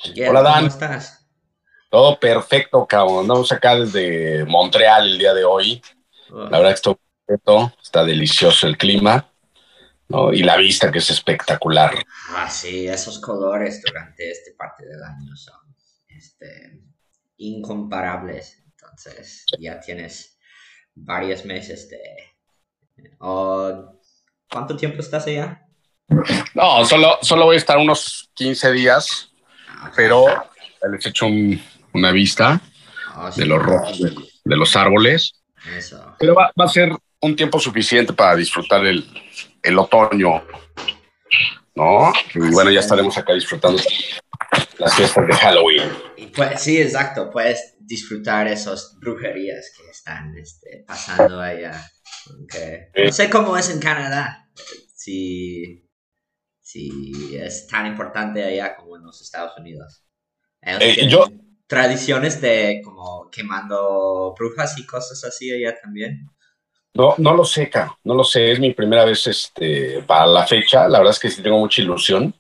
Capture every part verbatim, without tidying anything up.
Miguel, Hola ¿cómo Dan, estás? todo perfecto, cabrón. Andamos acá desde Montreal el día de hoy. La Uf, verdad que está perfecto, está delicioso el clima, ¿no? Y la vista que es espectacular. ah, sí, esos colores durante este parte del año son este, incomparables. Entonces, ya tienes varios meses de... oh, ¿cuánto tiempo estás allá? No, solo, solo voy a estar unos quince días, Ah, ok. pero les he hecho un- una vista Oh, de los sí, rojos de, de los árboles, eso. pero va, va a ser un tiempo suficiente para disfrutar el, el otoño, ¿no? Y bueno, Así ya es. estaremos acá disfrutando las fiestas de Halloween. Y pues, sí, exacto, puedes disfrutar esas brujerías que están este, pasando allá. Aunque no Eh, sé cómo es en Canadá. Si si es tan importante allá como en los Estados Unidos. Ellos eh, yo, tienen tradiciones de como quemando brujas y cosas así allá también. No, no lo sé, Cam, no lo sé, es mi primera vez este, para la fecha, la verdad es que sí tengo mucha ilusión,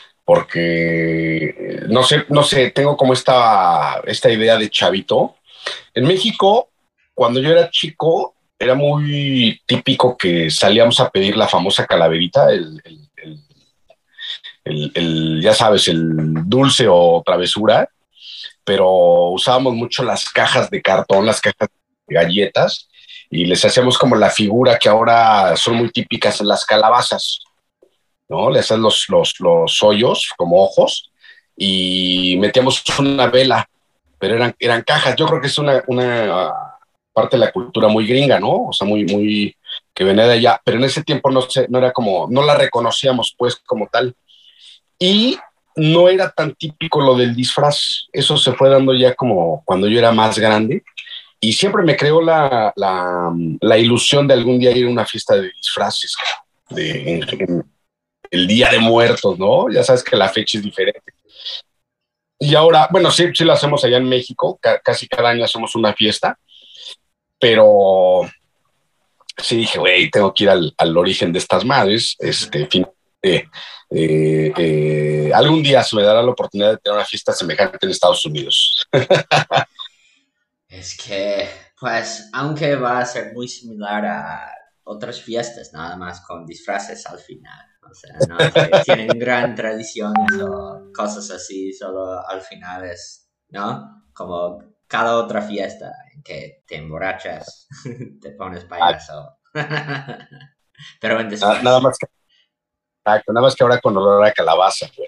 porque eh, no sé, no sé, tengo como esta, esta idea de chavito. En México, cuando yo era chico, era muy típico que salíamos a pedir la famosa calaverita, el, el, el, el, el ya sabes, el dulce o travesura, pero usábamos mucho las cajas de cartón, las cajas de galletas, y les hacíamos como la figura que ahora son muy típicas en las calabazas, ¿no? Le hacías los, los, los hoyos como ojos y metíamos una vela, pero eran, eran cajas. Yo creo que es una, una uh, parte de la cultura muy gringa, ¿no? O sea, muy, muy que venía de allá, pero en ese tiempo no, sé, no era como, no la reconocíamos pues como tal. Y no era tan típico lo del disfraz. Eso se fue dando ya como cuando yo era más grande. Y siempre me creó la, la, la ilusión de algún día ir a una fiesta de disfraces, de, en, en el Día de Muertos, ¿no? Ya sabes que la fecha es diferente. Y ahora, bueno, sí, sí lo hacemos allá en México, ca casi cada año hacemos una fiesta, pero sí dije, güey, tengo que ir al, al, origen de estas madres. Este, fin, eh, eh, eh, algún día se me dará la oportunidad de tener una fiesta semejante en Estados Unidos. Es que, pues, aunque va a ser muy similar a otras fiestas, nada más con disfraces al final. O sea, no es que tienen gran tradiciones o cosas así, solo al final es, ¿no? Como cada otra fiesta en que te emborrachas, te pones Ah, payaso. Pero en nada disfraz. más que, nada más que ahora con olor a calabaza, güey.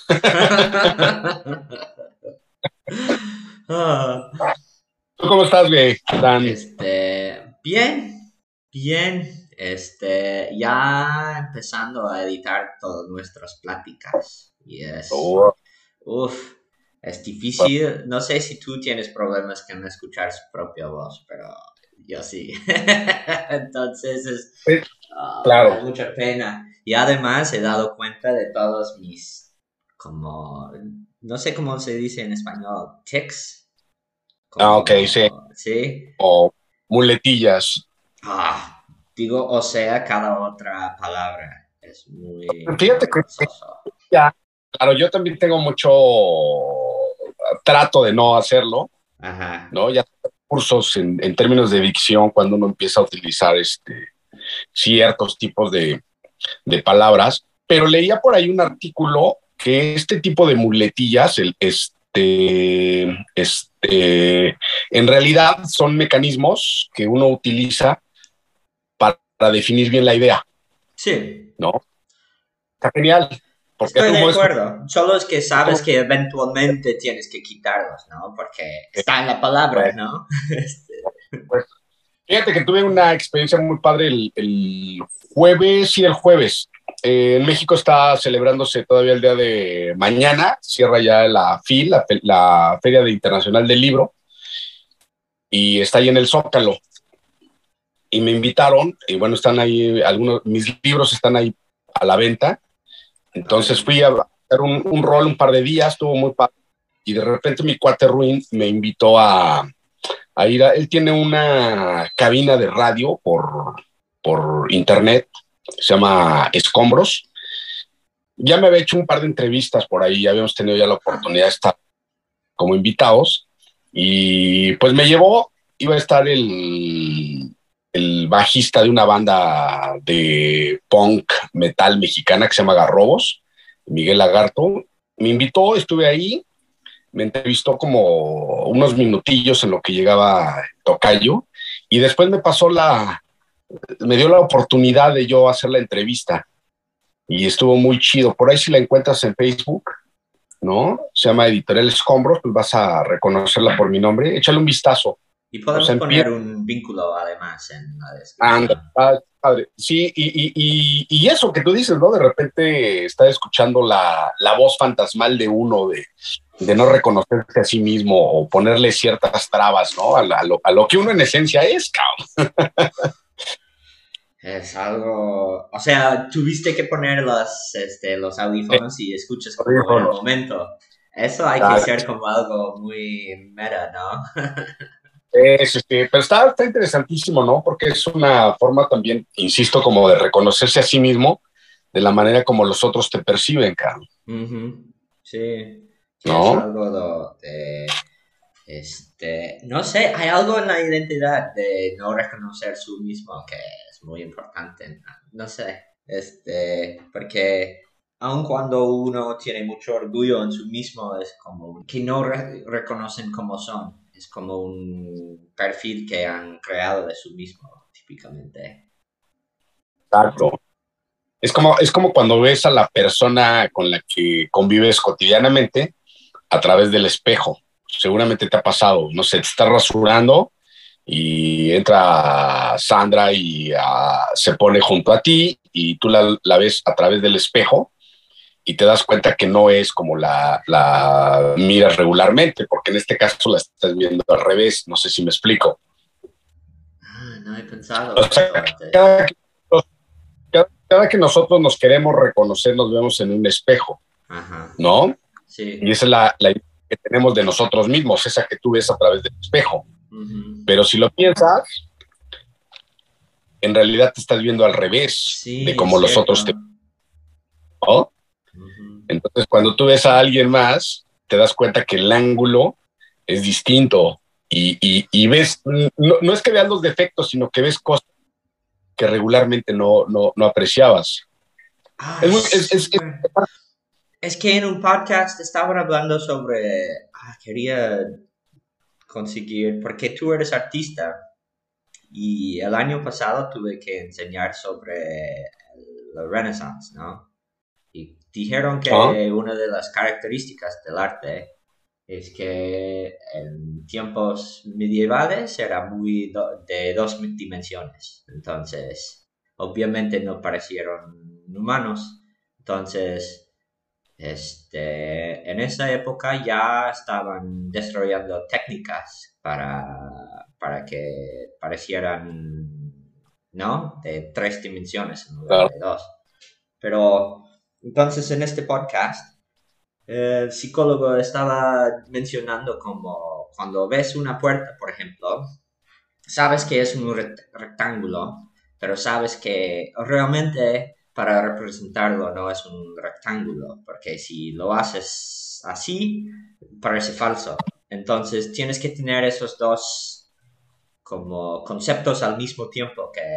Ah, ¿Tú cómo estás, güey? Dan. este, bien, bien, este, ya empezando a editar todas nuestras pláticas. Y es, Oh, uff, es difícil. No sé si tú tienes problemas con escuchar su propia voz, pero yo sí. Entonces es, pues, ah, me da claro. mucha pena. Y además he dado cuenta de todos mis, como, no sé cómo se dice en español, tics, Ah, ok, sí. como, ¿sí? O muletillas. Ah, digo, o sea, cada otra palabra es muy Fíjate que vergonzoso. ya, claro, yo también tengo mucho trato de no hacerlo, Ajá. ¿no? Ya cursos en, en términos de dicción cuando uno empieza a utilizar este, ciertos tipos de, de palabras, pero leía por ahí un artículo que este tipo de muletillas, el, este, este, en realidad son mecanismos que uno utiliza para, para definir bien la idea, Sí, ¿no? Está genial, porque estoy de tú es como, acuerdo. Solo es que es sabes como que eventualmente tienes que quitarlos, ¿no? Porque eh, está en la palabra, pues, ¿no? Este, pues, fíjate que tuve una experiencia muy padre el, el jueves y el jueves. Eh, en México está celebrándose todavía el día de mañana, cierra ya la F I L, la, la Feria de Internacional del Libro, y está ahí en el Zócalo. Y me invitaron, y bueno, están ahí, algunos, mis libros están ahí a la venta. Entonces órale. fui a hacer un, un rol un par de días, estuvo muy padre. Y de repente mi cuate Ruin me invitó a, a ir a, él tiene una cabina de radio por, por internet, se llama Escombros, ya me había hecho un par de entrevistas por ahí, ya habíamos tenido ya la oportunidad de estar como invitados, y pues me llevó, iba a estar el, el bajista de una banda de punk metal mexicana que se llama Garrobos, Miguel Lagarto, me invitó, estuve ahí, me entrevistó como unos minutillos en lo que llegaba Tocayo, y después me pasó la, me dio la oportunidad de yo hacer la entrevista, y estuvo muy chido. Por ahí si la encuentras en Facebook, ¿no? Se llama Editorial Escombros, pues vas a reconocerla por mi nombre, échale un vistazo. Y podemos O sea, poner un vínculo además en la Anda, descripción. ah, padre. Sí, y, y, y, y eso que tú dices, ¿no? De repente está escuchando la, la voz fantasmal de uno, de, de no reconocerse a sí mismo o ponerle ciertas trabas, ¿no? A, la- a lo, a lo que uno en esencia es, cabrón. Es algo, o sea, tuviste que poner los, este, los Eh, audífonos y escuchas como en el audífonos. momento. Eso hay que Ah, ser como algo muy meta, ¿no? es, este, pero está, está interesantísimo, ¿no? Porque es una forma también, insisto, como de reconocerse a sí mismo de la manera como los otros te perciben, cabrón, Ujú. Sí, sí, es ¿no? algo de, de, este, no sé, hay algo en la identidad de no reconocer su mismo que es muy importante, no sé, este, porque aun cuando uno tiene mucho orgullo en su mismo, es como que no re- reconocen cómo son, es como un perfil que han creado de su mismo, típicamente. Exacto. Es como, es como cuando ves a la persona con la que convives cotidianamente a través del espejo. Seguramente te ha pasado, no sé, te estás rasurando y entra Sandra y uh, se pone junto a ti y tú la, la ves a través del espejo y te das cuenta que no es como la, la miras regularmente, porque en este caso la estás viendo al revés, no sé si me explico. Ah, no he pensado O en sea, eso antes. cada, cada, cada que nosotros nos queremos reconocer, nos vemos en un espejo, Ajá, ¿no? Y sí. esa es la, la idea que tenemos de nosotros mismos, esa que tú ves a través del espejo. Ujú. Pero si lo piensas, en realidad te estás viendo al revés de Sí, es como los cierto. otros te ven, ¿no? Ujú. Entonces, cuando tú ves a alguien más, te das cuenta que el ángulo es distinto y, y, y ves, no, no, es que veas los defectos, sino que ves cosas que regularmente no, no, no apreciabas. Ah, Es, es muy, es, es, es, súper. Es que en un podcast estaban hablando sobre. Ah, quería conseguir. Porque tú eres artista. Y el año pasado tuve que enseñar sobre el Renaissance, ¿no? Y dijeron ¿ah? que una de las características del arte es que en tiempos medievales era muy do- de dos dimensiones. Entonces, obviamente no parecieron humanos. Entonces, este, en esa época ya estaban desarrollando técnicas para, para que parecieran, ¿no? De tres dimensiones en lugar Claro, de dos. Pero entonces en este podcast el psicólogo estaba mencionando como cuando ves una puerta, por ejemplo, sabes que es un rectángulo, pero sabes que realmente para representarlo no es un rectángulo, porque si lo haces así, parece falso. Entonces tienes que tener esos dos como conceptos al mismo tiempo que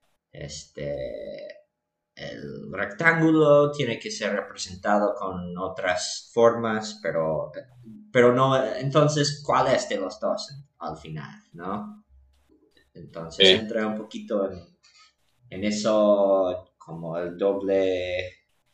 este el rectángulo tiene que ser representado con otras formas, pero, pero no, entonces, ¿cuál es de los dos al final, no? Entonces eh, entra un poquito en, en eso como el doble,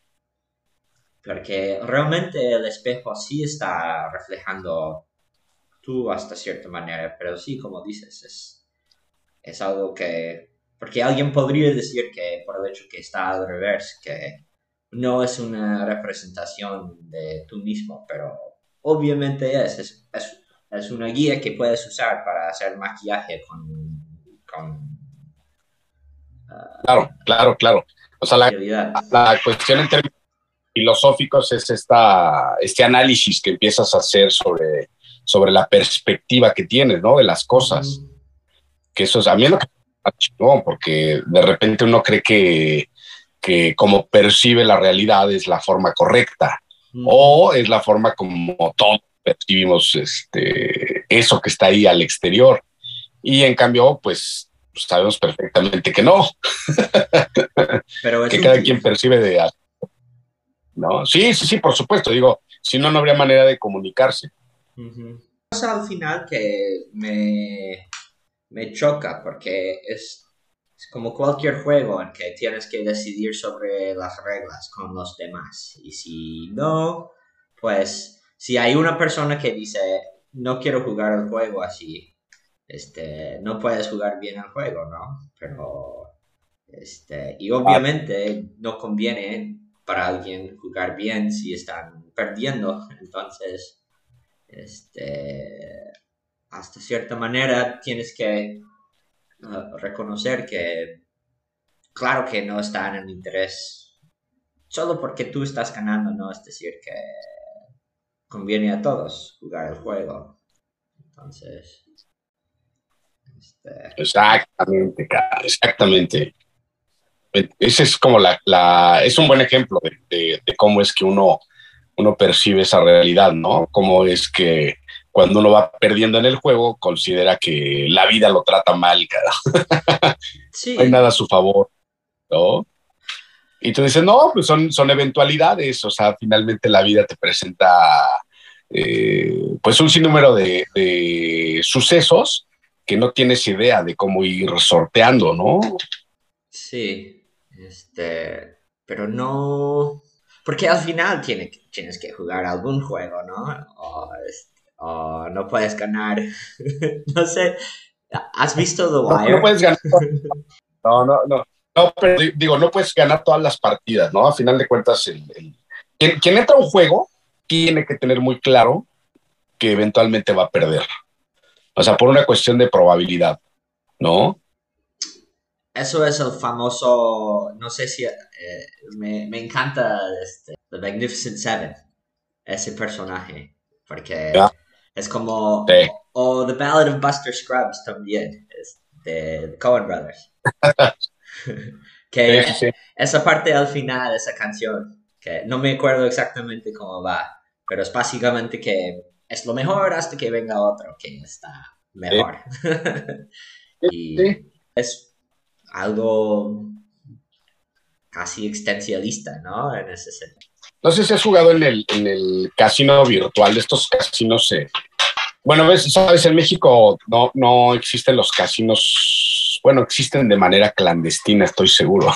porque realmente el espejo sí está reflejando tú hasta cierta manera, pero sí, como dices, es, es algo que, porque alguien podría decir que por el hecho que está al revés, que no es una representación de tú mismo, pero obviamente es, es, es, es una guía que puedes usar para hacer maquillaje con, con claro, claro, claro. O sea, la, facilidad. la cuestión en términos filosóficos es esta, este análisis que empiezas a hacer sobre, sobre la perspectiva que tienes, ¿no? De las cosas. Uh-huh. Que eso es, a mí es lo que me chingón, porque de repente uno cree que, que como percibe la realidad es la forma correcta, mm. o es la forma como todos percibimos este, eso que está ahí al exterior. Y en cambio, pues sabemos perfectamente que no. Pero es que útil. Cada quien percibe de algo, ¿no? Sí, sí, sí, por supuesto. Digo, si no, no habría manera de comunicarse. Uh-huh. Cosa al final que me, me choca, porque es, es como cualquier juego en que tienes que decidir sobre las reglas con los demás. Y si no, pues si hay una persona que dice, no quiero jugar el juego así, este, no puedes jugar bien el juego, ¿no? Pero, este, y obviamente no conviene para alguien jugar bien si están perdiendo. Entonces, este, hasta cierta manera tienes que uh, reconocer que claro que no está en el interés solo porque tú estás ganando, no es decir que conviene a todos jugar el juego. Entonces, este... exactamente, exactamente. Ese es como la, la es un buen ejemplo de, de, de cómo es que uno, uno percibe esa realidad, ¿no? Cómo es que cuando uno va perdiendo en el juego, considera que la vida lo trata mal, cara. Sí. No hay nada a su favor, ¿no? Y tú dices, no, pues son, son eventualidades, o sea, finalmente la vida te presenta eh, pues un sinnúmero de, de sucesos que no tienes idea de cómo ir sorteando, ¿no? Sí. Este, pero no, porque al final tiene, tienes que jugar algún juego, ¿no? O, este, o no puedes ganar. No sé, ¿has visto The Wire? No, no puedes ganar. No, no, no. No, pero digo, no puedes ganar todas las partidas, ¿no? A final de cuentas, el, el, quien, quien entra a un juego tiene que tener muy claro que eventualmente va a perder. O sea, por una cuestión de probabilidad, ¿no? Eso es el famoso, no sé si, eh, me, me encanta este, The Magnificent Seven, ese personaje, porque yeah. es como, sí. o, o The Ballad of Buster Scruggs también, es de The Coen Brothers. que sí, sí, sí. Esa parte al final, esa canción, que no me acuerdo exactamente cómo va, pero es básicamente que es lo mejor hasta que venga otro que está mejor. Sí. y sí. es algo casi existencialista, ¿no? En ese sentido. No sé si has jugado en el, en el casino virtual, de estos casinos. Eh. Bueno, ves, sabes, en México no, no existen los casinos, bueno, existen de manera clandestina, estoy seguro.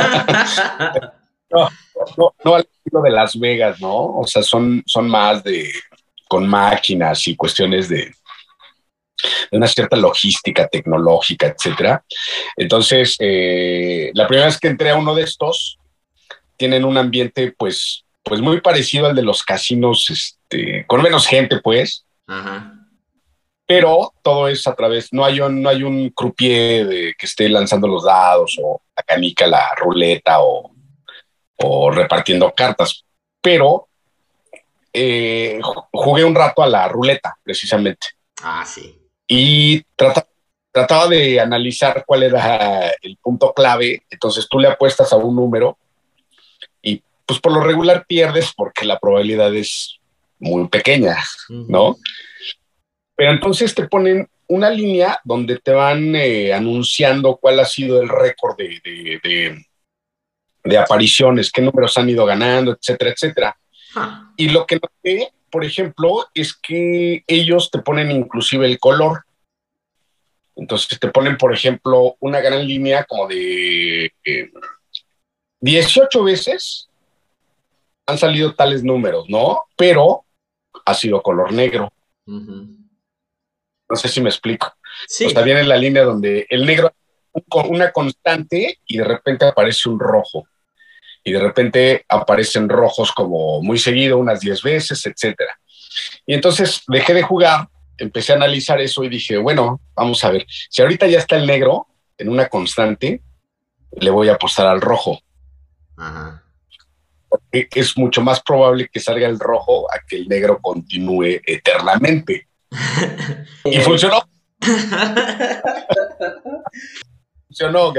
no, no, no al estilo de Las Vegas, ¿no? O sea, son, son más de, con máquinas y cuestiones de, de una cierta logística tecnológica, etcétera. Entonces, eh, la primera vez que entré a uno de estos, tienen un ambiente, pues, pues muy parecido al de los casinos, este, con menos gente, pues. Ajá. Pero todo es a través, no hay un, no hay un croupier de, que esté lanzando los dados o la canica, la ruleta o, o repartiendo cartas. Pero eh, jugué un rato a la ruleta, precisamente. Ah, sí. Y trata, trataba de analizar cuál era el punto clave. Entonces tú le apuestas a un número y pues por lo regular pierdes porque la probabilidad es muy pequeña, uh-huh. ¿no? Pero entonces te ponen una línea donde te van eh, anunciando cuál ha sido el récord de, de, de, de apariciones, qué números han ido ganando, etcétera, etcétera. Huh. Y lo que noté, por ejemplo, es que ellos te ponen inclusive el color. Entonces te ponen, por ejemplo, una gran línea como de eh, dieciocho veces han salido tales números, ¿no? Pero ha sido color negro. Uh-huh. No sé si me explico. Sí. O sea, viene la línea donde el negro con una constante y de repente aparece un rojo. Y de repente aparecen rojos como muy seguido, unas diez veces, etcétera. Y entonces dejé de jugar, empecé a analizar eso y dije, bueno, vamos a ver. Si ahorita ya está el negro en una constante, le voy a apostar al rojo. Ajá. Porque es mucho más probable que salga el rojo a que el negro continúe eternamente. Y funcionó. Funcionó.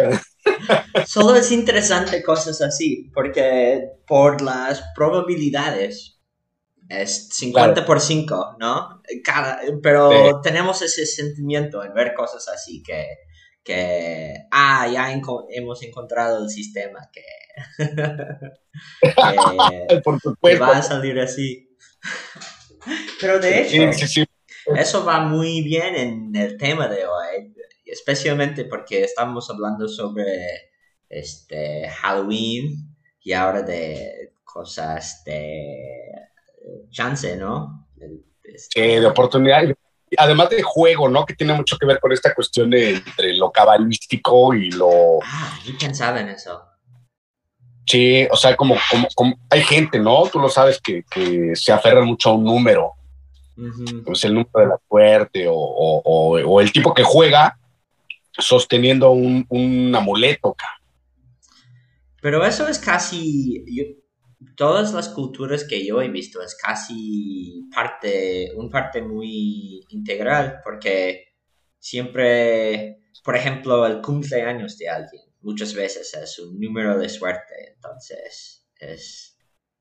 Solo es interesante cosas así, porque por las probabilidades es Claro, cincuenta por cinco, ¿no? Cada, sí. pero tenemos ese sentimiento en ver cosas así que, que ah, ya enco- hemos encontrado el sistema que, que, Por que va supuesto. a salir así. Pero de Sí, sí, hecho, sí. eso va muy bien en el tema de hoy, especialmente porque estamos hablando sobre este Halloween y ahora de cosas de chance, ¿no? Sí, de Este, oportunidad. Además de juego, ¿no? Que tiene mucho que ver con esta cuestión de entre lo cabalístico y lo. ah, ni pensaba en eso. Sí, o sea, como, como, como hay gente, ¿no? Tú lo sabes que, que se aferra mucho a un número, Ujú. pues el número de la suerte o, o, o, o el tipo que juega sosteniendo un, un amuleto. Pero eso es casi, yo- todas las culturas que yo he visto es casi parte, un parte muy integral, porque siempre, por ejemplo, el cumpleaños de alguien, muchas veces es un número de suerte, entonces es,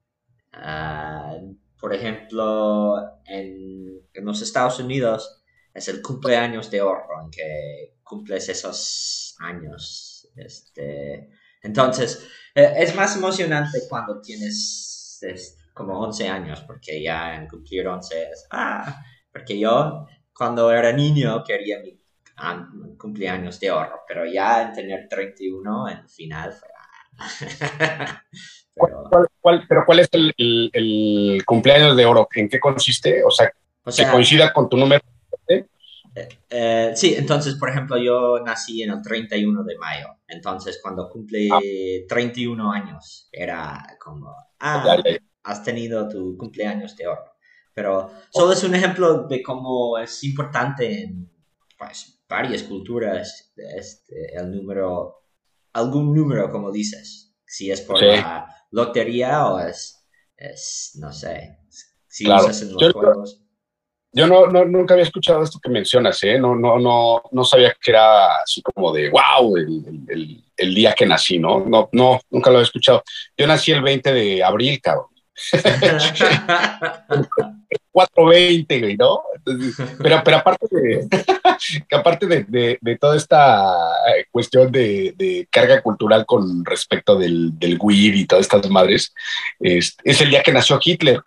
ah, por ejemplo, en, en los Estados Unidos es el cumpleaños de oro, en que cumples esos años, este, entonces eh, es más emocionante cuando tienes es, como once años, porque ya en cumplir once es, ah, porque yo cuando era niño quería mi ah, cumpleaños de oro, pero ya en tener treinta y uno en final fue, ah. Pero, ¿Cuál, cuál, pero ¿cuál es el, el, el, cumpleaños de oro? ¿En qué consiste? O sea, o que sea, coincida con tu número. ¿Eh? eh, eh, sí, entonces, por ejemplo, yo nací en el treinta y uno de mayo, entonces cuando Ah, cumple treinta y uno años era como, ya, ah, ya, ya. has tenido tu cumpleaños de oro. Pero solo Okay. es un ejemplo de cómo es importante en pues, varias culturas este, el número, algún número, como dices, si es por Sí, la lotería o es, es no sé, si claro. usas en los Yo, juegos. yo no, no, nunca había escuchado esto que mencionas, ¿eh? No, no, no, no sabía que era así como de wow, el, el, el día que nací, ¿no? No, no, nunca lo había escuchado. Yo nací el veinte de abril, cabrón. cuatro veinte, güey, ¿no? Entonces, pero, pero aparte de, que aparte de, de, de toda esta eh, cuestión de, de, carga cultural con respecto del, del weed y todas estas madres, es, es el día que nació Hitler.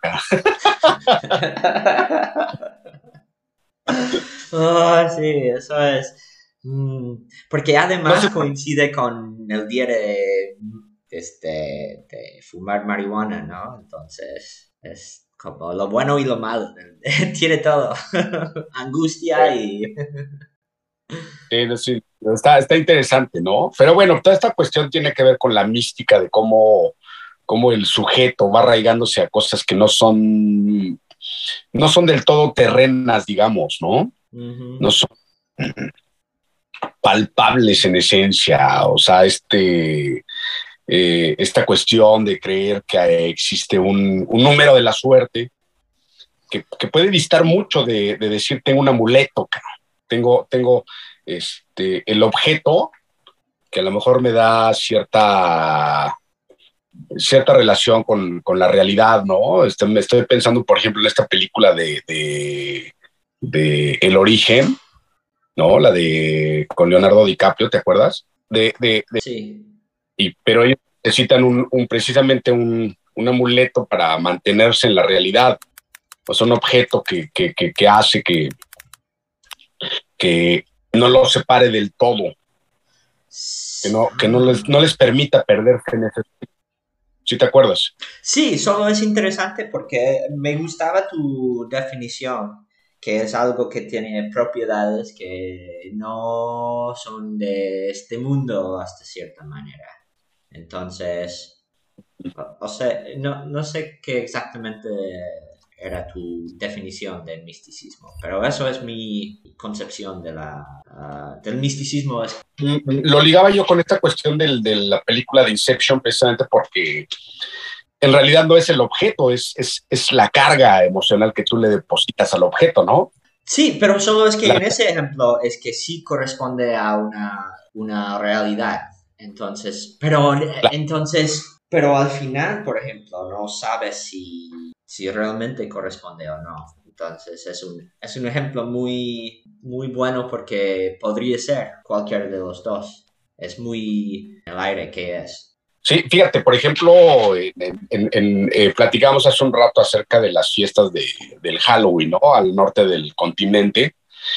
Oh, sí, eso es. Mm, porque No además sé, coincide con el día de, este, de fumar marihuana, ¿no? Entonces es como lo bueno y lo malo. Tiene todo. Angustia y... sí, no, sí, está, está interesante, ¿no? Pero bueno, toda esta cuestión tiene que ver con la mística de cómo, cómo el sujeto va arraigándose a cosas que no son, no son del todo terrenas, digamos, ¿no? Ujú. No son palpables en esencia, o sea, este, eh, esta cuestión de creer que existe un, un número de la suerte que, que puede distar mucho de, de, decir tengo un amuleto, tengo, tengo este, el objeto que a lo mejor me da cierta, cierta relación con, con la realidad, ¿no? Este, me estoy pensando, por ejemplo, en esta película de, de, de El Origen, ¿no? La de con Leonardo DiCaprio, ¿te acuerdas? De, de, de Sí. y, pero ellos necesitan un, un precisamente un, un, amuleto para mantenerse en la realidad. O sea, un objeto que, que, que, que hace que, que no lo separe del todo, que no, que no, les, Ah. no les permita perderse en ese. ¿Sí te acuerdas? Sí, solo es interesante porque me gustaba tu definición, que es algo que tiene propiedades que no son de este mundo hasta cierta manera. Entonces, o, o sea, no, no sé qué exactamente era tu definición del misticismo, pero eso es mi concepción de la, uh, del misticismo. Es... Lo ligaba yo con esta cuestión del, de la película de Inception precisamente porque en realidad no es el objeto, es, es, es la carga emocional que tú le depositas al objeto, ¿no? Sí, pero solo es que La, en ese ejemplo es que sí corresponde a una, una realidad. Entonces, pero Claro. entonces, pero al final, por ejemplo, no sabes si, si realmente corresponde o no. Entonces es un, es un ejemplo muy, muy bueno porque podría ser cualquiera de los dos. Es muy en el aire que es. Sí, fíjate, por ejemplo, en, en- en- eh, platicamos hace un rato acerca de las fiestas de, del Halloween, ¿no? Al norte del continente.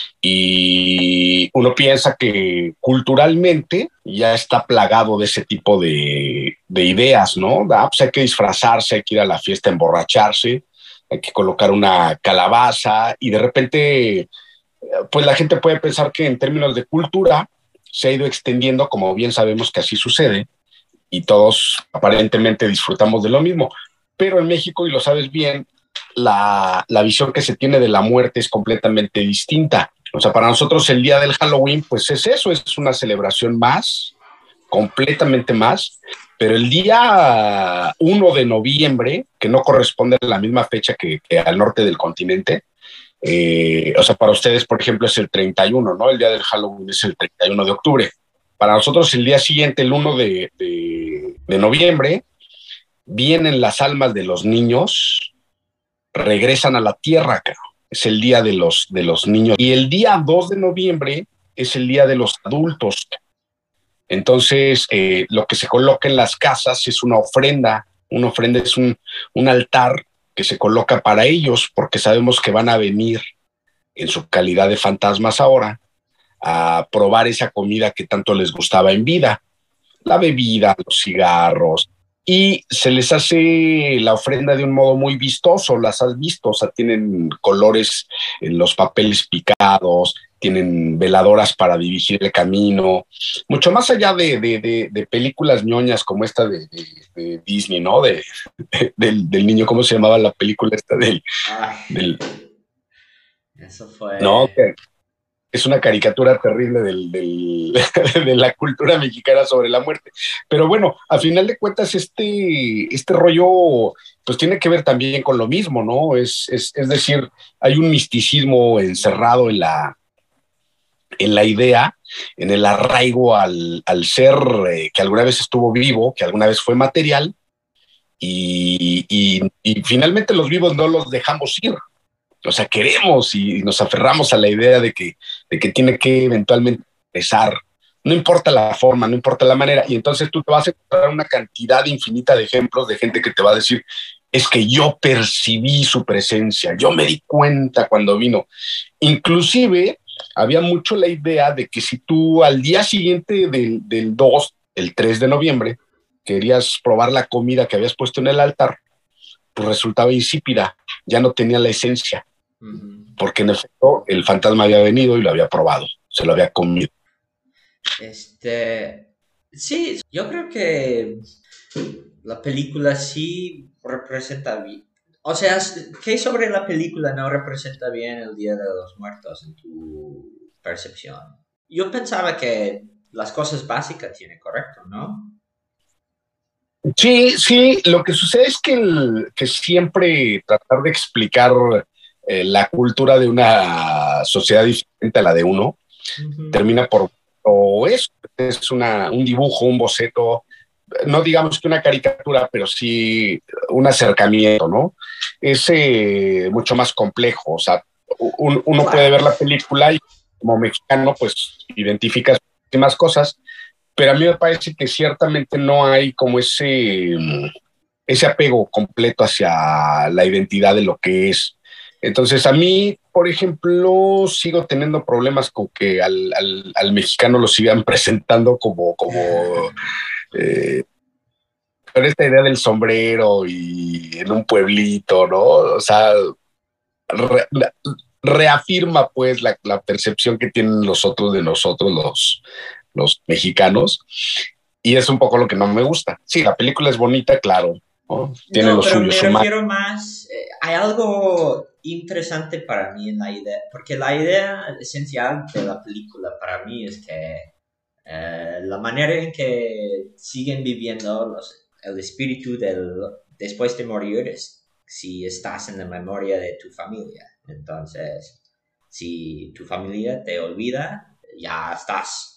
Y uno piensa que culturalmente ya está plagado de ese tipo de, de ideas, ¿no? Ah, pues hay que disfrazarse, hay que ir a la fiesta a emborracharse, hay que colocar una calabaza y de repente, pues la gente puede pensar que en términos de cultura se ha ido extendiendo, como bien sabemos que así sucede, y todos aparentemente disfrutamos de lo mismo. Pero en México, y lo sabes bien, la, la visión que se tiene de la muerte es completamente distinta. O sea, para nosotros el día del Halloween, pues es eso, es una celebración más, completamente más, pero el día uno de noviembre, que no corresponde a la misma fecha que, que al norte del continente, eh, o sea, para ustedes, por ejemplo, es el treinta y uno, ¿no? El día del Halloween es el treinta y uno de octubre. Para nosotros el día siguiente, el uno de, de, de noviembre, vienen las almas de los niños, regresan a la tierra, cara. Es el día de los, de los niños. Y el día dos de noviembre es el día de los adultos. Entonces, eh, lo que se coloca en las casas es una ofrenda. Una ofrenda es un, un altar que se coloca para ellos porque sabemos que van a venir en su calidad de fantasmas ahora a probar esa comida que tanto les gustaba en vida, la bebida, los cigarros, y se les hace la ofrenda de un modo muy vistoso, las has visto, o sea, tienen colores en los papeles picados, tienen veladoras para dirigir el camino, mucho más allá de, de, de, de películas ñoñas como esta de, de, de Disney, ¿no? De, de, del, del niño, ¿cómo se llamaba la película esta del, Ay, del eso no, fue... que es una caricatura terrible del, del, de la cultura mexicana sobre la muerte. Pero bueno, a final de cuentas, este, este rollo pues tiene que ver también con lo mismo, ¿no? Es, es, es decir, hay un misticismo encerrado en la, en la idea, en el arraigo al, al ser eh, que alguna vez estuvo vivo, que alguna vez fue material, y, y, y finalmente los vivos no los dejamos ir, o sea, queremos y nos aferramos a la idea de que, de que tiene que eventualmente empezar. No importa la forma, no importa la manera. Y entonces tú te vas a encontrar una cantidad infinita de ejemplos de gente que te va a decir, es que yo percibí su presencia, yo me di cuenta cuando vino. Inclusive había mucho la idea de que si tú al día siguiente del, del dos, el tres de noviembre, querías probar la comida que habías puesto en el altar, pues resultaba insípida, ya no tenía la esencia Uh -huh. porque en efecto el fantasma había venido y lo había probado, se lo había comido. Este, sí, yo creo que la película sí representa bien. O sea, ¿qué sobre la película no representa bien el Día de los Muertos en tu percepción? Yo pensaba que las cosas básicas tiene correcto, ¿no? Sí, sí, lo que sucede es que, el, que siempre tratar de explicar eh, la cultura de una sociedad diferente a la de uno Uh -huh. termina por, o es, es una, un dibujo, un boceto, no digamos que una caricatura, pero sí un acercamiento, ¿no? Es eh, mucho más complejo, o sea, un, uno puede Claro. ver la película y como mexicano, pues identificas más cosas, pero a mí me parece que ciertamente no hay como ese, ese apego completo hacia la identidad de lo que es. Entonces, a mí, por ejemplo, sigo teniendo problemas con que al, al, al mexicano lo sigan presentando como, como eh, con esta idea del sombrero y en un pueblito, ¿no? O sea, re, reafirma pues la, la, percepción que tienen los otros de nosotros, los, los mexicanos, y es un poco lo que no me gusta. Sí, la película es bonita, claro, ¿no? Tiene No, lo pero suyo, me su mal. refiero más, eh, hay algo interesante para mí en la idea, porque la idea esencial de la película para mí es que eh, la manera en que siguen viviendo los, el espíritu del después de morir es si estás en la memoria de tu familia. Entonces, si tu familia te olvida, ya estás.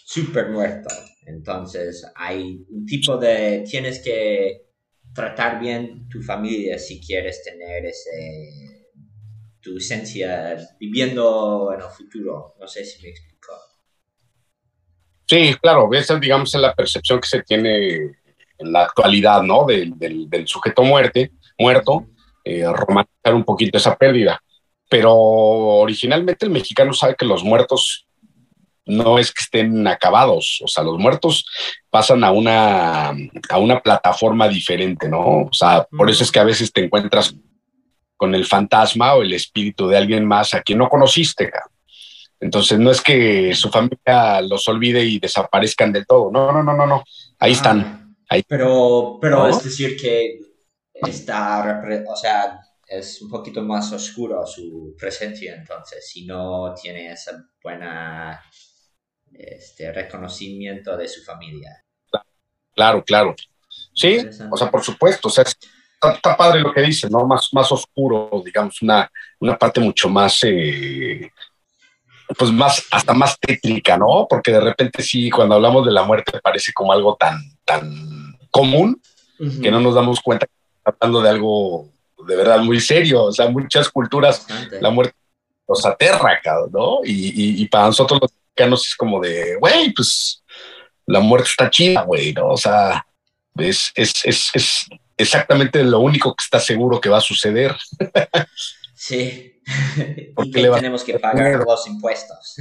súper muerto. Entonces hay un tipo de... Tienes que tratar bien tu familia si quieres tener ese... tu esencia viviendo en el futuro. No sé si me explico. Sí, claro, esa digamos es la percepción que se tiene en la actualidad, ¿no? Del, del, del sujeto muerte, muerto, eh, romantizar un poquito esa pérdida. Pero originalmente el mexicano sabe que los muertos no es que estén acabados, o sea, los muertos pasan a una, a una plataforma diferente, ¿no? O sea, por eso es que a veces te encuentras con el fantasma o el espíritu de alguien más a quien no conociste, cara. Entonces no es que su familia los olvide y desaparezcan del todo, no, no, no, no, no, ahí Ah, están, ahí, pero, pero ¿no? es decir que está, repre- o sea, es un poquito más oscuro su presencia entonces, si no tiene esa buena este reconocimiento de su familia. Claro, claro. Sí, o Interesante. sea, por supuesto, o sea, está, está padre lo que dices, ¿no? Más, más oscuro, digamos, una, una parte mucho más, eh, pues más, hasta más tétrica, ¿no? Porque de repente sí, cuando hablamos de la muerte parece como algo tan, tan común que no Ujú. nos damos cuenta que estamos hablando de algo de verdad muy serio. O sea, muchas culturas la Bastante. muerte nos aterra, cabrón, ¿no? Y, y, y para nosotros los mexicanos es como de, güey, pues la muerte está chida, güey, ¿no? O sea, es, es, es, es exactamente lo único que está seguro que va a suceder. Sí. ¿Por Y qué que le vas tenemos que a tener pagar miedo? los impuestos.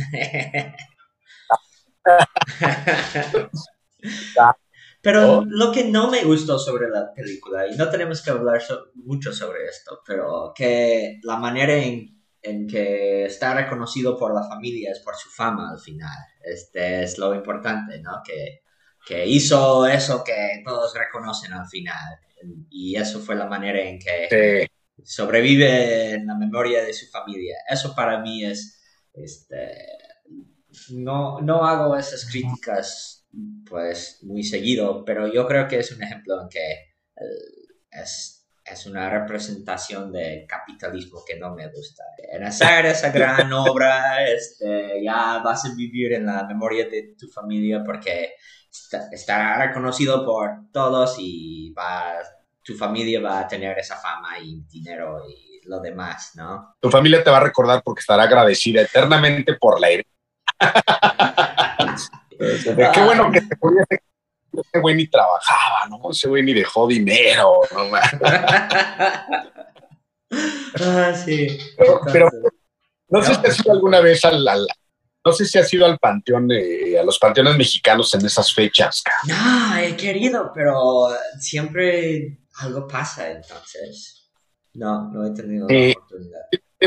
Pero ¿No? lo que no me gustó sobre la película, y no tenemos que hablar so- mucho sobre esto, pero que la manera en, en que está reconocido por la familia es por su fama al final. Este es lo importante, ¿no? Que, que hizo eso que todos reconocen al final. Y eso fue la manera en que Sí, sobrevive en la memoria de su familia. Eso para mí es, este, no, no hago esas críticas pues muy seguido, pero yo creo que es un ejemplo en que eh, es, es una representación de capitalismo que no me gusta. En hacer esa gran obra, este, ya vas a vivir en la memoria de tu familia porque está, estará reconocido por todos y va, tu familia va a tener esa fama y dinero y lo demás, ¿no? tu familia te va a recordar porque estará agradecida eternamente por la herencia. Qué bueno que se ponía ese, ese güey ni trabajaba, ¿no? Ese güey ni dejó dinero, ¿no? Ah, sí. Pero, pero Entonces, no sé si ¿no? has ido alguna vez al, al no sé si has ido al panteón, eh, a los panteones mexicanos en esas fechas. No, he querido, pero siempre algo pasa, entonces. No, no he tenido la Eh, oportunidad.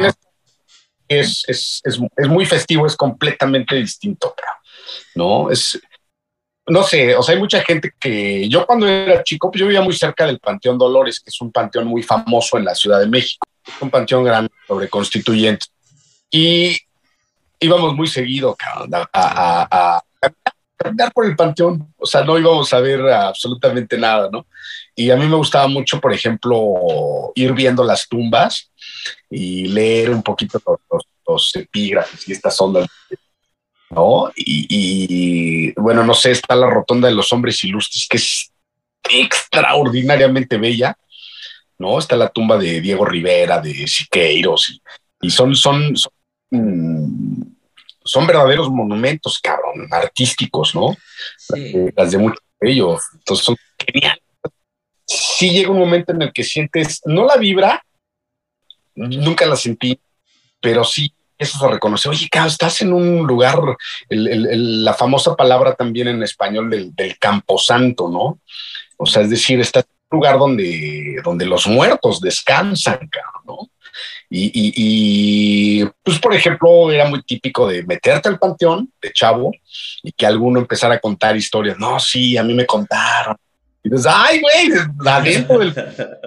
es, es, es, es, muy festivo, es completamente distinto, ¿no? Es, no sé, o sea, hay mucha gente que yo cuando era chico, pues yo vivía muy cerca del Panteón Dolores, que es un panteón muy famoso en la Ciudad de México, un panteón grande sobre constituyentes. Y íbamos muy seguido, cabrón, a, a, a, a caminar por el panteón, o sea, no íbamos a ver absolutamente nada, ¿no? Y a mí me gustaba mucho, por ejemplo, ir viendo las tumbas y leer un poquito los, los, los epígrafes y estas ondas, ¿no? Y, y, bueno, no sé, está la Rotonda de los Hombres Ilustres, que es extraordinariamente bella, ¿no? Está la tumba de Diego Rivera, de Siqueiros, y, y son, son, son, mm, son verdaderos monumentos, cabrón, artísticos, ¿no? Sí. Eh, las de muchos de ellos, entonces son geniales. Sí llega un momento en el que sientes, no la vibra, nunca la sentí, pero sí eso se reconoce. Oye, cabrón, estás en un lugar, el, el, el, la famosa palabra también en español del, del camposanto, ¿no? O sea, es decir, estás en un lugar donde, donde los muertos descansan, cabrón, ¿no? Y, y, y, pues, por ejemplo, era muy típico de meterte al panteón de chavo y que alguno empezara a contar historias. No, sí, a mí me contaron. Y dices, ay, güey, adentro del...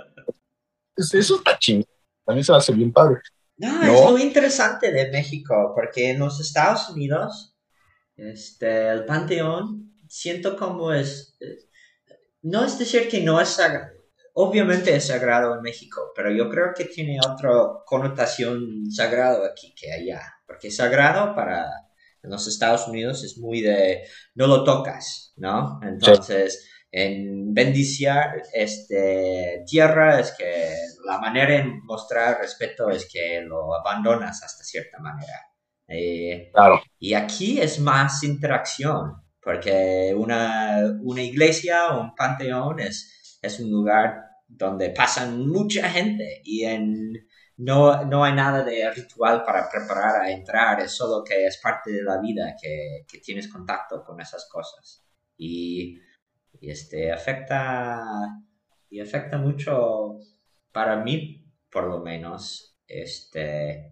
Eso está chingón. También se va a hacer bien padre, No, es lo ¿no? interesante de México, porque en los Estados Unidos, este, el panteón, siento como es, eh, no es decir que no es sagrado, obviamente es sagrado en México, pero yo creo que tiene otra connotación sagrado aquí que allá, porque es sagrado para en los Estados Unidos es muy de no lo tocas, ¿no? Sí, Entonces, en bendiciar este, tierra es que la manera en mostrar respeto es que lo abandonas hasta cierta manera. Eh, claro. y aquí es más interacción, porque una, una iglesia o un panteón es, es un lugar donde pasan mucha gente y en, no, no hay nada de ritual para preparar a entrar, es solo que es parte de la vida que, que tienes contacto con esas cosas. Y, y este afecta y afecta mucho para mí, por lo menos, este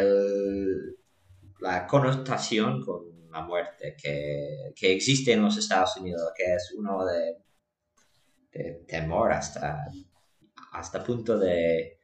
el, la connotación con la muerte que, que existe en los Estados Unidos, que es uno de, de temor hasta, hasta punto de,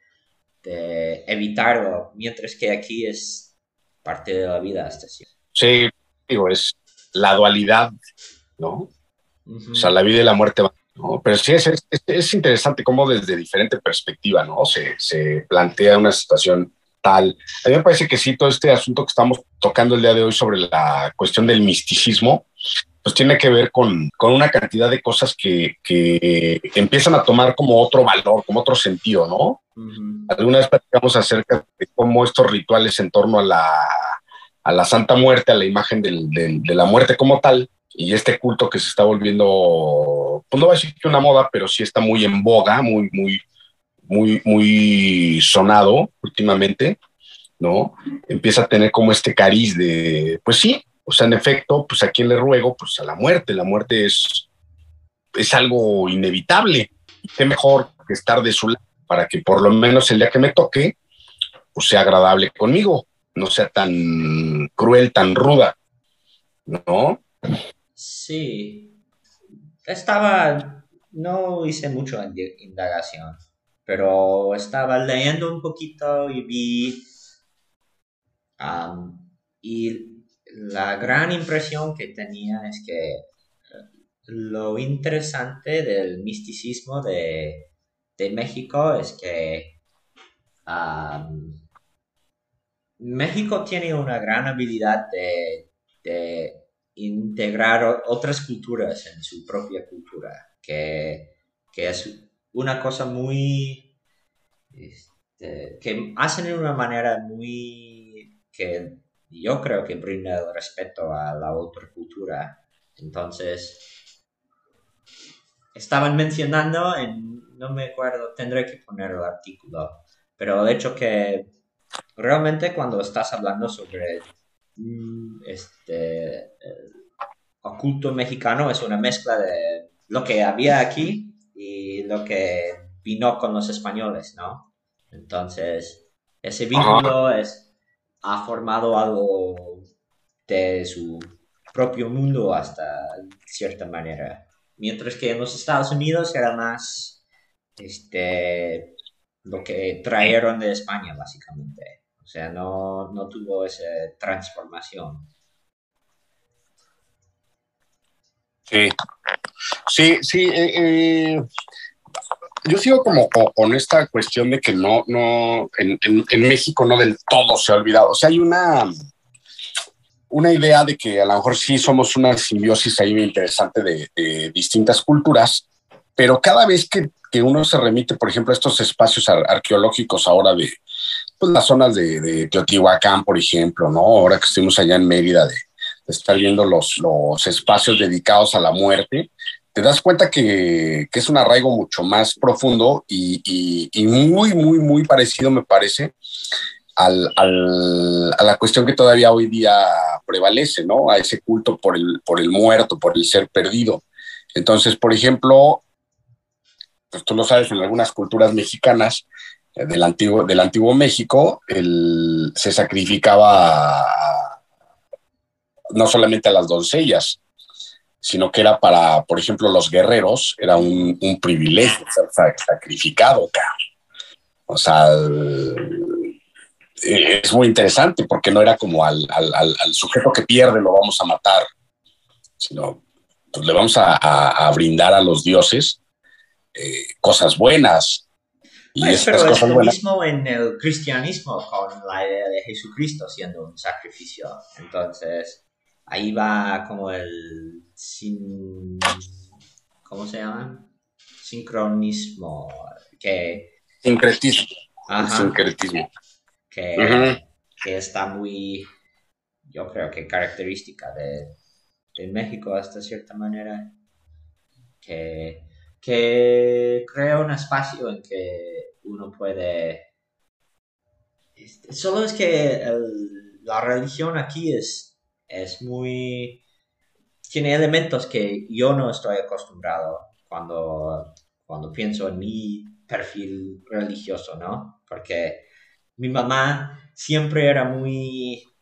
de evitarlo, mientras que aquí es parte de la vida hasta sí. Sí, digo, es la dualidad, ¿no? O sea, Uh-huh. la vida y la muerte van, ¿no? Pero sí es, es, es interesante cómo desde diferente perspectiva, ¿no? Se, se plantea una situación tal. A mí me parece que sí, todo este asunto que estamos tocando el día de hoy sobre la cuestión del misticismo, pues tiene que ver con, con una cantidad de cosas que, que empiezan a tomar como otro valor, como otro sentido, ¿no? Uh-huh. Alguna vez platicamos acerca de cómo estos rituales en torno a la, a la Santa Muerte, a la imagen del, del, de la muerte como tal, y este culto que se está volviendo, pues no voy a decir que una moda, pero sí está muy en boga, muy, muy, muy, muy sonado últimamente, ¿no? Empieza a tener como este cariz de, pues sí, o sea, en efecto, pues a quién le ruego, pues a la muerte, la muerte es, es algo inevitable, y qué mejor que estar de su lado para que por lo menos el día que me toque, pues sea agradable conmigo, no sea tan cruel, tan ruda, ¿no? Sí, estaba, no hice mucho indagación, pero estaba leyendo un poquito y vi, um, y la gran impresión que tenía es que lo interesante del misticismo de, de México es que um, México tiene una gran habilidad de, de integrar otras culturas en su propia cultura, que, que es una cosa muy, este, que hacen de una manera muy, que yo creo que brinda el respeto a la otra cultura. Entonces, estaban mencionando, en, no me acuerdo, tendré que poner el artículo, pero de hecho que realmente cuando estás hablando sobre mm, este el oculto mexicano es una mezcla de lo que había aquí y lo que vino con los españoles, ¿no? Entonces, ese Ajá. vínculo es, ha formado algo de su propio mundo hasta cierta manera. Mientras que en los Estados Unidos era más este, lo que trajeron de España, básicamente. O sea, no, no tuvo esa transformación. Sí, sí, sí. Eh, eh, yo sigo como con, con esta cuestión de que no, no, en, en, en México no del todo se ha olvidado. O sea, hay una, una idea de que a lo mejor sí somos una simbiosis ahí muy interesante de, de distintas culturas, pero cada vez que, que, uno se remite, por ejemplo, a estos espacios ar arqueológicos ahora de pues, las zonas de, de Teotihuacán, por ejemplo, ¿no? Ahora que estuvimos allá en Mérida, de, de estar viendo los, los espacios dedicados a la muerte, te das cuenta que, que es un arraigo mucho más profundo y, y, y muy, muy, muy parecido, me parece, al, al, a la cuestión que todavía hoy día prevalece, ¿no? A ese culto por el, por el muerto, por el ser perdido. Entonces, por ejemplo, pues tú lo sabes, en algunas culturas mexicanas eh, del, antiguo, del antiguo México, el, se sacrificaba a, no solamente a las doncellas, sino que era para, por ejemplo, los guerreros, era un, un privilegio ser sacrificado, cabrón. O sea, es muy interesante porque no era como al, al, al, sujeto que pierde lo vamos a matar, sino pues le vamos a, a, a brindar a los dioses eh, cosas buenas y Pues, esas pero es cosas lo buenas. mismo en el cristianismo con la idea de Jesucristo siendo un sacrificio. Entonces, ahí va como el sin, ¿cómo se llama? Sincronismo, que, Sincretismo. El ajá, sincretismo. que, Ujú. que está muy, yo creo que característica de, de México hasta cierta manera, que, que crea un espacio en que uno puede. Este, solo es que el- la religión aquí es, es muy. Tiene elementos que yo no estoy acostumbrado cuando, cuando pienso en mi perfil religioso, ¿no? Porque mi mamá siempre era muy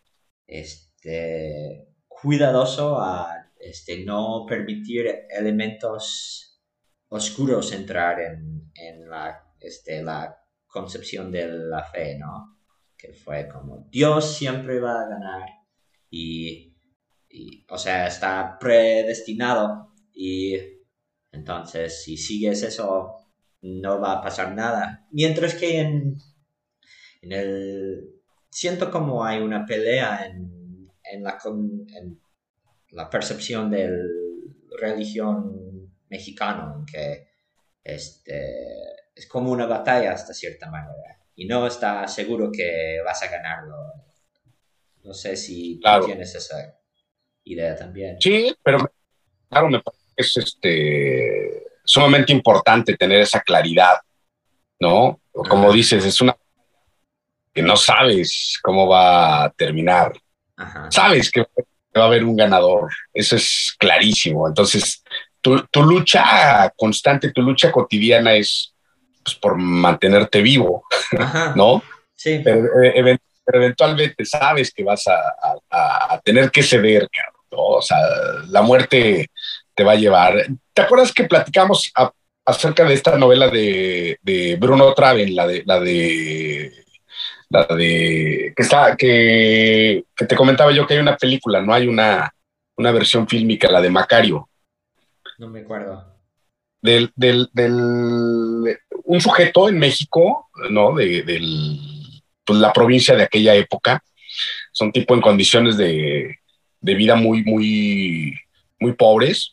este, cuidadoso a este, no permitir elementos oscuros entrar en, en la, este, la concepción de la fe, ¿no? Que fue como Dios siempre va a ganar y, y, o sea, está predestinado y entonces si sigues eso no va a pasar nada. Mientras que en, en el siento como hay una pelea en, en, la, en la percepción de religión mexicano, en que este, es como una batalla hasta cierta manera y no está seguro que vas a ganarlo. No sé si tú Claro. tienes esa idea también. Sí, pero claro, me parece que es este, sumamente importante tener esa claridad, ¿no? Como Ajá, dices, es una que no sabes cómo va a terminar. ajá, Sabes que va a haber un ganador, eso es clarísimo. Entonces, tu, tu lucha constante, tu lucha cotidiana es pues, por mantenerte vivo, ajá, ¿no? sí, Pero, eh, pero eventualmente sabes que vas a, a, a tener que ceder, cabrón, ¿no? O sea, la muerte te va a llevar. ¿Te acuerdas que platicamos a, acerca de esta novela de, de Bruno Traven, la de la de la de que está que, que te comentaba yo que hay una película, no hay una una versión fílmica, la de Macario, no me acuerdo. del, del, del un sujeto en México, ¿no? De, del, pues, la provincia de aquella época, son tipo en condiciones de, de vida muy, muy, muy pobres,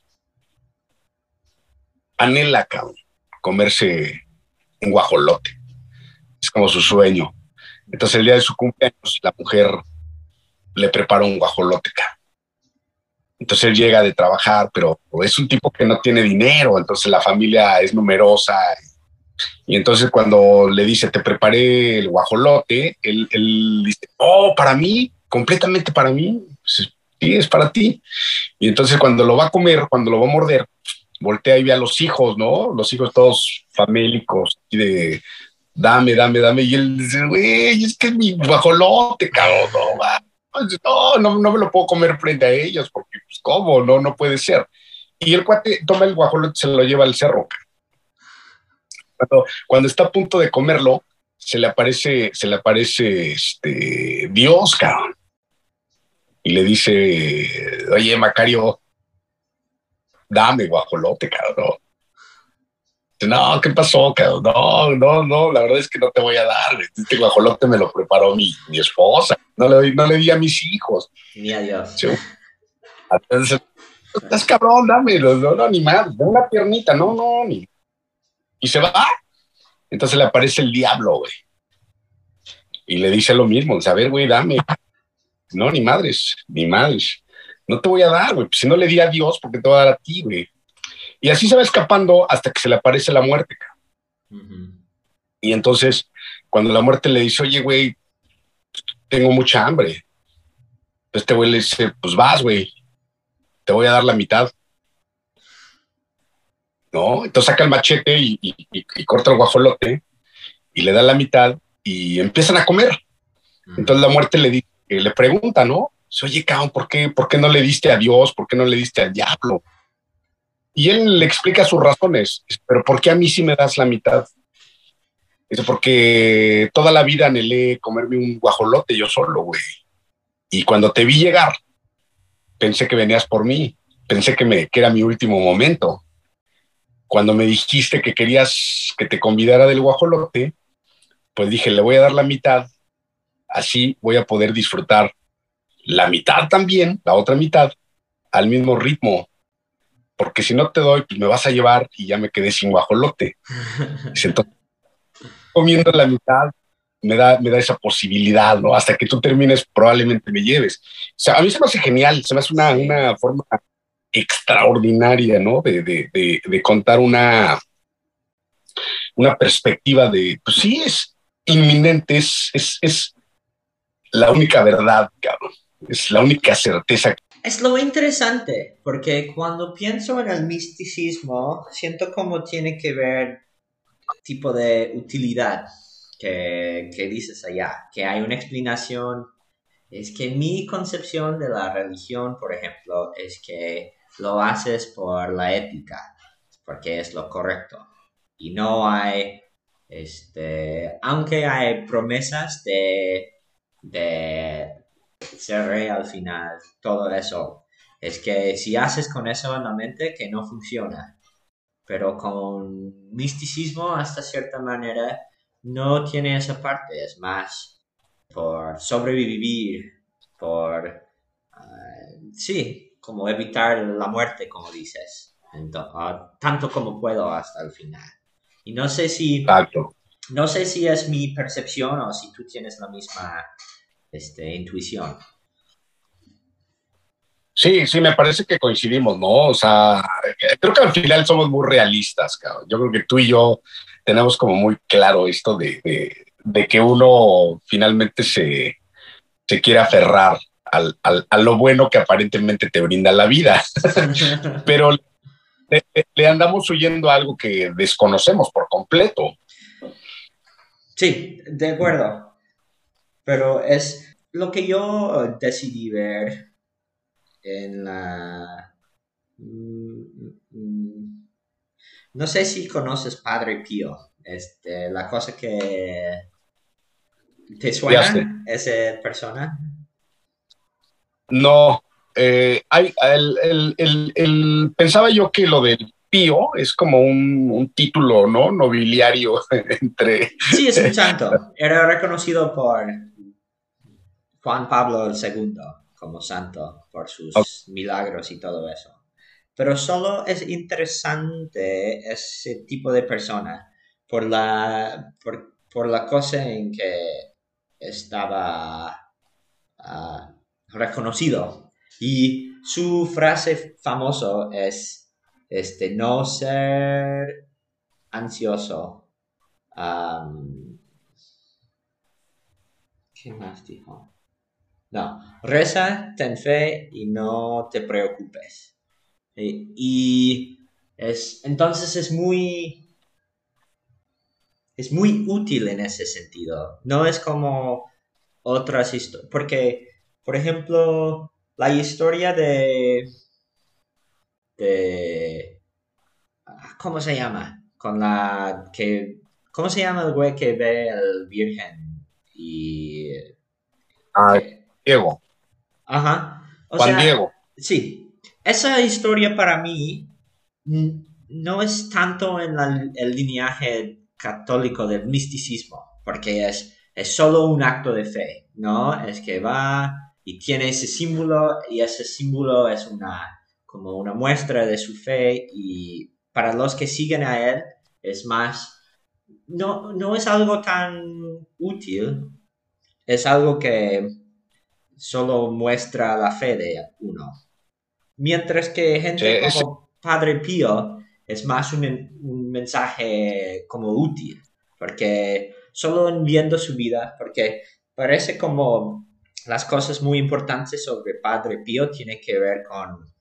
anhela, cabrón, comerse un guajolote, es como su sueño. Entonces el día de su cumpleaños la mujer le prepara un guajolote, cabrón. Entonces él llega de trabajar, pero es un tipo que no tiene dinero, entonces la familia es numerosa. Y entonces cuando le dice, te preparé el guajolote, él, él dice, oh, para mí, completamente para mí. Pues, sí, es para ti. Y entonces cuando lo va a comer, cuando lo va a morder, voltea y ve a los hijos, ¿no? Los hijos todos famélicos, y de dame, dame, dame. Y él dice, güey, es que es mi guajolote, cabrón, no, va. No, no, no me lo puedo comer frente a ellos, porque, pues, ¿cómo? No, no puede ser. Y el cuate toma el guajolote y se lo lleva al cerro. Cuando, cuando está a punto de comerlo, se le aparece, se le aparece este Dios, cabrón. Y le dice, oye, Macario, dame guajolote, cabrón. No, ¿qué pasó, cabrón? No, no, no, la verdad es que no te voy a dar. Este guajolote me lo preparó mi, mi esposa. No le, no le di a mis hijos. Ni adiós. Sí, entonces, estás cabrón, dámelo. No, no, ni más. De una piernita, no, no, ni. Y se va. Entonces le aparece el diablo, güey. Y le dice lo mismo. A ver, güey, dame. No, ni madres, ni madres. No te voy a dar, güey. Pues si no le di a Dios, ¿por qué te voy a dar a ti, güey? Y así se va escapando hasta que se le aparece la muerte, cabrón. Ujú. Y entonces, cuando la muerte le dice, oye, güey, tengo mucha hambre. Este güey le dice, pues vas, güey, te voy a dar la mitad, ¿no? Entonces saca el machete y, y, y, y corta el guajolote y le da la mitad y empiezan a comer. Entonces Ujú. la muerte le, dice, le pregunta, ¿no? Dice, oye, cabrón, ¿por qué, ¿por qué no le diste a Dios? ¿Por qué no le diste al diablo? Y él le explica sus razones, pero ¿por qué a mí sí me das la mitad? Dice, porque toda la vida anhelé comerme un guajolote yo solo, güey. Y cuando te vi llegar, pensé que venías por mí, pensé que, me, que era mi último momento. Cuando me dijiste que querías que te convidara del guajolote, pues dije, le voy a dar la mitad, así voy a poder disfrutar la mitad también, la otra mitad, al mismo ritmo, porque si no te doy, pues me vas a llevar y ya me quedé sin guajolote. Dice, entonces, comiendo la mitad, me da, me da esa posibilidad, ¿no? Hasta que tú termines, probablemente me lleves. O sea, a mí se me hace genial, se me hace una, Sí. una forma extraordinaria, ¿no? De, de, de, de contar una, una perspectiva de, pues sí, es inminente, es, es, es la única verdad, cabrón. Es la única certeza. Es lo interesante, porque cuando pienso en el misticismo, siento como tiene que ver tipo de utilidad que, que dices allá, que hay una explicación. Es que mi concepción de la religión, por ejemplo, es que lo haces por la ética, porque es lo correcto. Y no hay, este, aunque hay promesas de, de ser rey al final, todo eso, es que si haces con eso en la mente, que no funciona. Pero con misticismo, hasta cierta manera, no tiene esa parte, es más por sobrevivir, por, uh, sí, como evitar la muerte, como dices, Ento- uh, tanto como puedo hasta el final. Y no sé si, Exacto. no sé si es mi percepción o si tú tienes la misma este, intuición. Sí, sí, me parece que coincidimos, ¿no? O sea, creo que al final somos muy realistas, cabrón. Yo creo que tú y yo tenemos como muy claro esto de, de, de que uno finalmente se, se quiere aferrar al, al, a lo bueno que aparentemente te brinda la vida, pero le, le andamos huyendo a algo que desconocemos por completo. Sí, de acuerdo, pero es lo que yo decidí ver en la... mm, mm, No sé si conoces Padre Pío, este, la cosa que te Ya sé. suena, esa persona. No, eh, hay, el, el, el, el, pensaba yo que lo del pío es como un, un título, ¿no? Nobiliario entre... Sí, es un santo. Era reconocido por Juan Pablo el segundo como santo por sus milagros y todo eso. Pero solo es interesante ese tipo de persona por la, por, por la cosa en que estaba uh, reconocido. Y su frase famoso es este, no ser ansioso. Um, ¿Qué más dijo? No, reza, ten fe y no te preocupes. Y, y es, entonces es muy, es muy útil en ese sentido. No es como otras historias. Porque, por ejemplo, la historia de, de... ¿Cómo se llama? Con la que... ¿Cómo se llama el güey que ve al Virgen? Y... Ah, que... Diego, Ajá. O Juan sea, Diego. sí. Esa historia para mí mm, no es tanto en la- el lineaje católico del misticismo, porque es, es solo un acto de fe, ¿no? Es que va y tiene ese símbolo y ese símbolo es una, como una muestra de su fe y para los que siguen a él es más, no, no es algo tan útil, es algo que solo muestra la fe de uno. Mientras que Sí, gente ese, como Padre Pío es más un, un mensaje como útil, porque solo viendo su vida, porque parece como las cosas muy importantes sobre Padre Pío tienen que ver con